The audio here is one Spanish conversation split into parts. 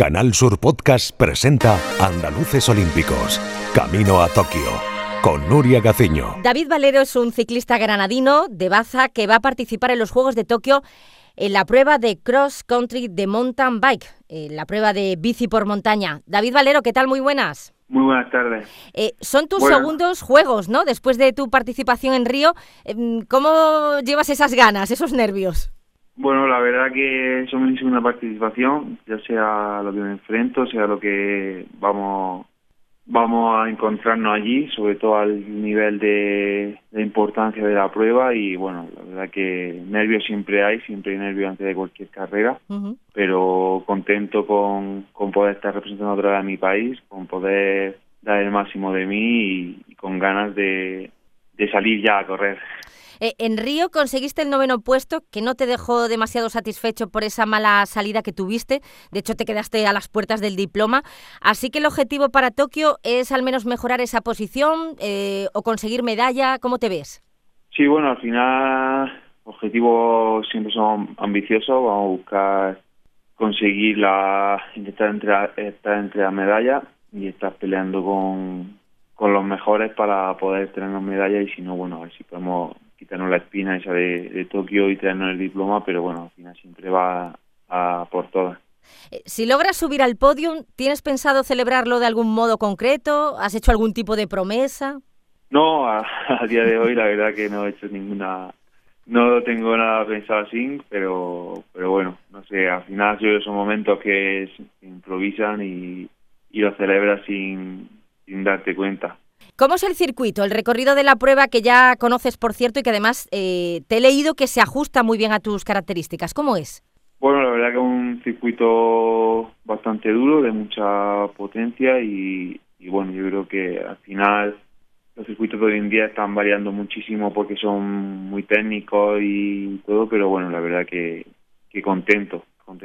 Canal Sur Podcast presenta Andaluces Olímpicos, Camino a Tokio, con Nuria Gaciño. David Valero es un ciclista granadino de Baza que va a participar en los Juegos de Tokio en la prueba de cross country de mountain bike, la prueba de bici por montaña. David Valero, ¿qué tal? Muy buenas. Muy buenas tardes. Son tus segundos Juegos, ¿no? Después de tu participación en Río, ¿cómo llevas esas ganas, esos nervios? Bueno, la verdad que es mi segunda participación, ya sea lo que me enfrento, sea lo que vamos a encontrarnos allí, sobre todo al nivel de importancia de la prueba. Y bueno, la verdad que nervios siempre hay nervios antes de cualquier carrera, pero contento con poder estar representando otra vez a mi país, con poder dar el máximo de mí y con ganas de salir ya a correr. En Río conseguiste el 9º puesto, que no te dejó demasiado satisfecho por esa mala salida que tuviste. De hecho, te quedaste a las puertas del diploma. Así que el objetivo para Tokio es al menos mejorar esa posición o conseguir medalla. ¿Cómo te ves? Sí, bueno, al final objetivos siempre son ambiciosos. Vamos a buscar conseguir estar entre las medallas y estar peleando con los mejores para poder tener medallas. Y si no, bueno, a ver si podemos quitarnos la espina esa de Tokio y traernos el diploma, pero bueno, al final siempre va a por todas. Si logras subir al podio, ¿tienes pensado celebrarlo de algún modo concreto? ¿Has hecho algún tipo de promesa? No, a día de hoy la verdad que no he hecho no tengo nada pensado así, pero bueno, no sé, al final son momentos que se improvisan y lo celebras sin darte cuenta. ¿Cómo es el circuito, el recorrido de la prueba que ya conoces, por cierto, y que además te he leído que se ajusta muy bien a tus características? ¿Cómo es? Bueno, la verdad que es un circuito bastante duro, de mucha potencia y bueno, yo creo que al final los circuitos de hoy en día están variando muchísimo porque son muy técnicos y todo, pero bueno, la verdad que contento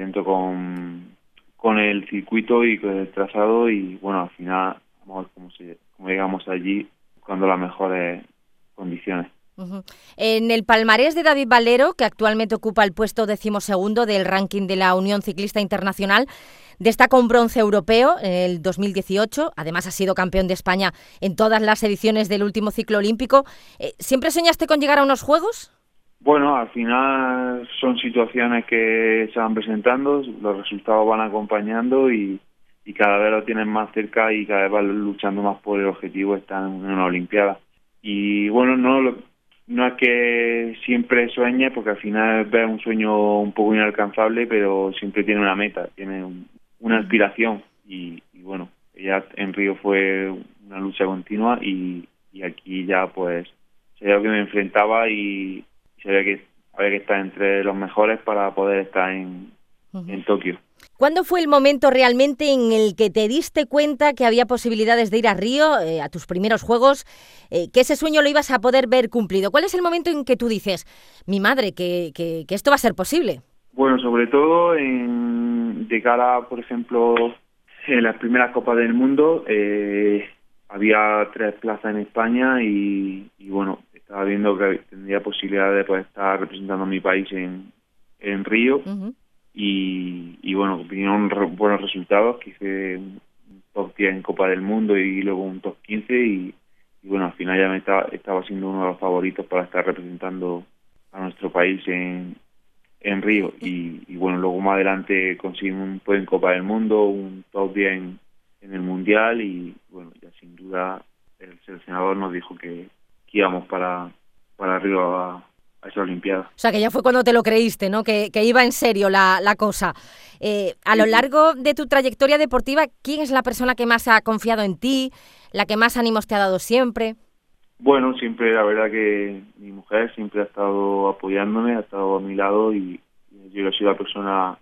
con el circuito y con el trazado y bueno, al final vamos a ver cómo llegamos allí buscando las mejores condiciones. En el palmarés de David Valero, que actualmente ocupa el puesto 12º del ranking de la Unión Ciclista Internacional, destaca un bronce europeo en el 2018. Además, ha sido campeón de España en todas las ediciones del último ciclo olímpico. ¿Siempre soñaste con llegar a unos Juegos? Bueno, al final son situaciones que se van presentando, los resultados van acompañando y cada vez lo tienen más cerca y cada vez van luchando más por el objetivo de estar en una Olimpiada. Y bueno, no es que siempre sueñe, porque al final ves un sueño un poco inalcanzable, pero siempre tiene una meta, tiene una aspiración. Y bueno, ya en Río fue una lucha continua y aquí ya pues sabía lo que me enfrentaba y sabía que había que estar entre los mejores para poder estar en Tokio. ¿Cuándo fue el momento realmente en el que te diste cuenta que había posibilidades de ir a Río, a tus primeros Juegos, que ese sueño lo ibas a poder ver cumplido? ¿Cuál es el momento en que tú dices, mi madre, que esto va a ser posible? Bueno, sobre todo de cara, por ejemplo, en las primeras Copas del Mundo, había 3 plazas en España y bueno, estaba viendo que tendría posibilidad de poder estar representando a mi país en Río. Y bueno, vinieron buenos resultados, que hice un top 10 en Copa del Mundo y luego un top 15 y bueno, al final ya estaba siendo uno de los favoritos para estar representando a nuestro país en Río y bueno, luego más adelante conseguí un podio en Copa del Mundo, un top 10 en el Mundial y bueno, ya sin duda el seleccionador nos dijo que íbamos para Río a esa Olimpiada. O sea, que ya fue cuando te lo creíste, ¿no? Que iba en serio la cosa. A lo largo de tu trayectoria deportiva, ¿quién es la persona que más ha confiado en ti, la que más ánimos te ha dado siempre? Bueno, siempre, la verdad que mi mujer siempre ha estado apoyándome, ha estado a mi lado y yo creo que soy la persona,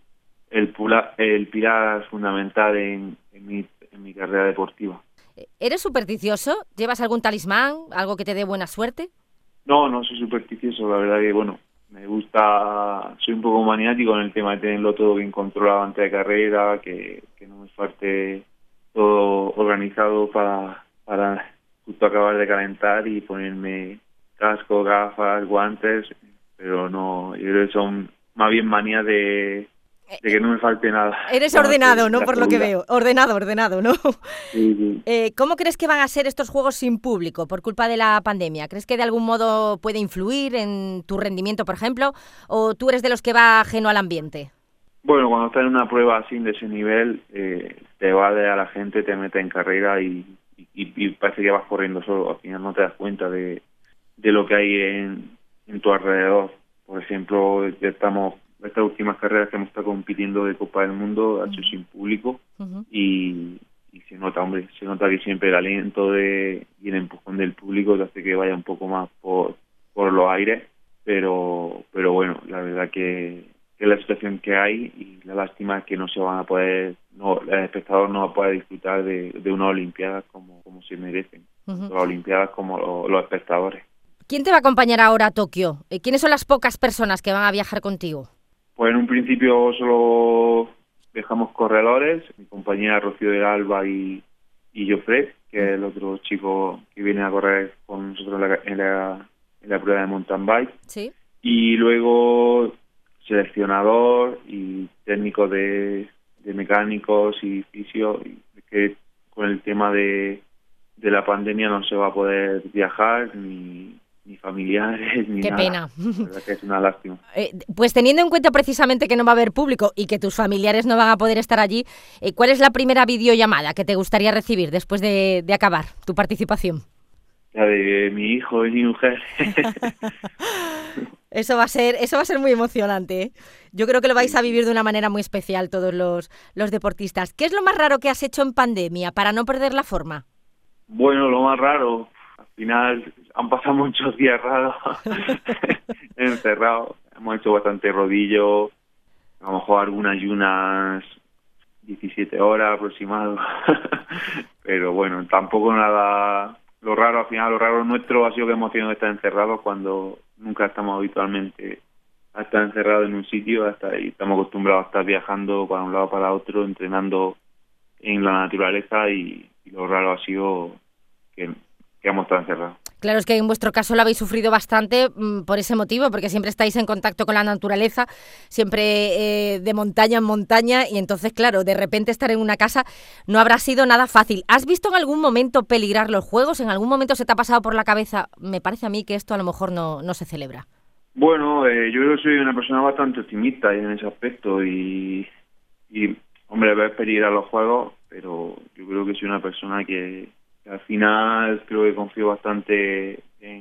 el pilar fundamental en mi carrera deportiva. ¿Eres supersticioso? ¿Llevas algún talismán, algo que te dé buena suerte? No soy supersticioso, la verdad que bueno, me gusta, soy un poco maniático en el tema de tenerlo todo bien controlado antes de carrera, que no me falte todo organizado para justo acabar de calentar y ponerme casco, gafas, guantes, pero no, yo creo que son más bien manías de de que no me falte nada. Eres ordenado, ¿no? Por lo que veo. Ordenado, ¿no? Sí. ¿Cómo crees que van a ser estos juegos sin público por culpa de la pandemia? ¿Crees que de algún modo puede influir en tu rendimiento, por ejemplo? ¿O tú eres de los que va ajeno al ambiente? Bueno, cuando estás en una prueba así de ese nivel, te evade a la gente, te mete en carrera y parece que vas corriendo solo. Al final no te das cuenta de lo que hay en tu alrededor. Por ejemplo, estas últimas carreras que hemos estado compitiendo de Copa del Mundo ha sido sin público. Y se nota, hombre, se nota que siempre el aliento y el empujón del público te hace que vaya un poco más por los aires, pero bueno, la verdad que es la situación que hay y la lástima es que no se van a poder, el espectador no va a poder disfrutar de unas Olimpiadas como se merecen, tanto las Olimpiadas como los espectadores. ¿Quién te va a acompañar ahora a Tokio? ¿Quiénes son las pocas personas que van a viajar contigo? Pues en un principio solo dejamos corredores, mi compañera Rocío del Alba y Jofred, que es el otro chico que viene a correr con nosotros en la prueba de mountain bike. Sí. Y luego seleccionador y técnico de mecánicos y fisio, que con el tema de la pandemia no se va a poder viajar ni familiares ni Qué nada. pena. La verdad que es una lástima. Pues teniendo en cuenta precisamente que no va a haber público y que tus familiares no van a poder estar allí, ¿cuál es la primera videollamada que te gustaría recibir después de acabar tu participación? La de mi hijo y mi mujer. Eso va a ser muy emocionante, ¿eh? Yo creo que lo vais a vivir de una manera muy especial todos los deportistas. ¿Qué es lo más raro que has hecho en pandemia para no perder la forma? Bueno, lo más raro, al final han pasado muchos días raros encerrados. Hemos hecho bastante rodillo, a lo mejor algunas ayunas 17 horas aproximado. Pero bueno, tampoco nada. Lo raro nuestro ha sido que hemos tenido que estar encerrados cuando nunca estamos habitualmente a estar encerrados en un sitio, hasta ahí estamos acostumbrados a estar viajando para un lado para otro, entrenando en la naturaleza y lo raro ha sido que hemos estado encerrados. Claro, es que en vuestro caso lo habéis sufrido bastante por ese motivo, porque siempre estáis en contacto con la naturaleza, siempre de montaña en montaña, y entonces, claro, de repente estar en una casa no habrá sido nada fácil. ¿Has visto en algún momento peligrar los juegos? ¿En algún momento se te ha pasado por la cabeza? Me parece a mí que esto a lo mejor no se celebra. Bueno, yo creo que soy una persona bastante optimista en ese aspecto y hombre, ver peligrar los juegos, pero yo creo que soy una persona que al final creo que confío bastante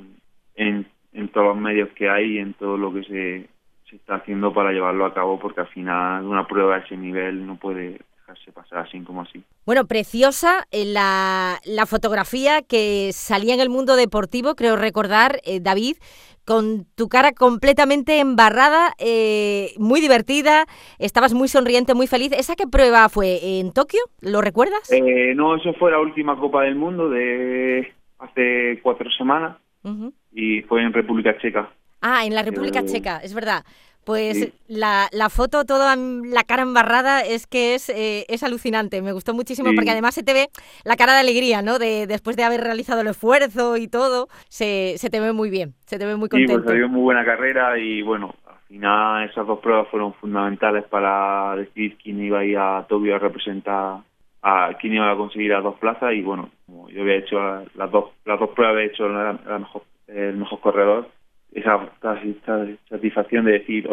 en todos los medios que hay y en todo lo que se está haciendo para llevarlo a cabo, porque al final una prueba de ese nivel no puede dejarse pasar así como así. Bueno, preciosa la fotografía que salía en El Mundo Deportivo, creo recordar, David, con tu cara completamente embarrada, muy divertida, estabas muy sonriente, muy feliz. ¿Esa qué prueba fue? ¿En Tokio? ¿Lo recuerdas? No, eso fue la última Copa del Mundo de hace 4 semanas y fue en República Checa. Ah, en la República Checa, es verdad. Pues sí. la foto, toda la cara embarrada, es que es alucinante. Me gustó muchísimo porque además se te ve la cara de alegría, ¿no? Después de haber realizado el esfuerzo y todo, se te ve muy bien, se te ve muy contento. Sí, pues salió muy buena carrera y bueno, al final esas 2 pruebas fueron fundamentales para decidir quién iba a ir a Tokio a representar, a quién iba a conseguir las 2 plazas y bueno, como yo había hecho las dos pruebas, había hecho el mejor corredor. Esa satisfacción de decir,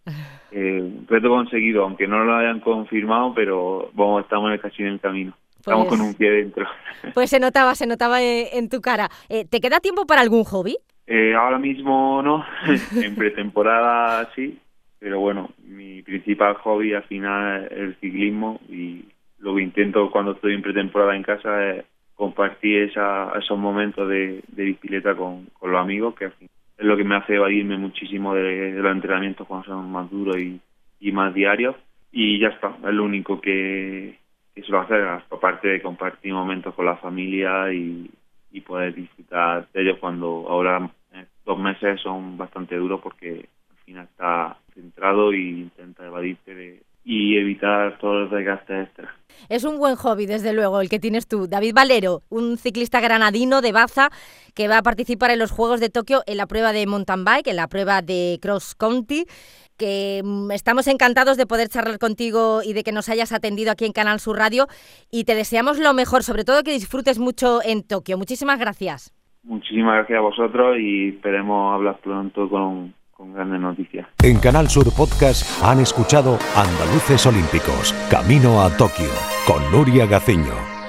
reto conseguido, aunque no lo hayan confirmado, pero estamos casi en el camino. Estamos con un pie dentro. Pues se notaba en tu cara. ¿Te queda tiempo para algún hobby? Ahora mismo no, en pretemporada sí, pero bueno, mi principal hobby al final es el ciclismo y lo que intento cuando estoy en pretemporada en casa es compartir esos momentos de bicicleta con los amigos, que al final es lo que me hace evadirme muchísimo de los entrenamientos cuando son más duros y más diarios. Y ya está, es lo único que suelo hacer, aparte de compartir momentos con la familia y poder disfrutar de ellos cuando ahora 2 meses son bastante duros porque al final está centrado y intenta evadirte de y evitar todos los desgastes extras. Es un buen hobby, desde luego, el que tienes tú. David Valero, un ciclista granadino de Baza que va a participar en los Juegos de Tokio en la prueba de mountain bike, en la prueba de cross country, que estamos encantados de poder charlar contigo y de que nos hayas atendido aquí en Canal Sur Radio, y te deseamos lo mejor, sobre todo que disfrutes mucho en Tokio. Muchísimas gracias. Muchísimas gracias a vosotros y esperemos hablar pronto con grandes noticias. En Canal Sur Podcast han escuchado Andaluces Olímpicos, Camino a Tokio, con Nuria Gaciño.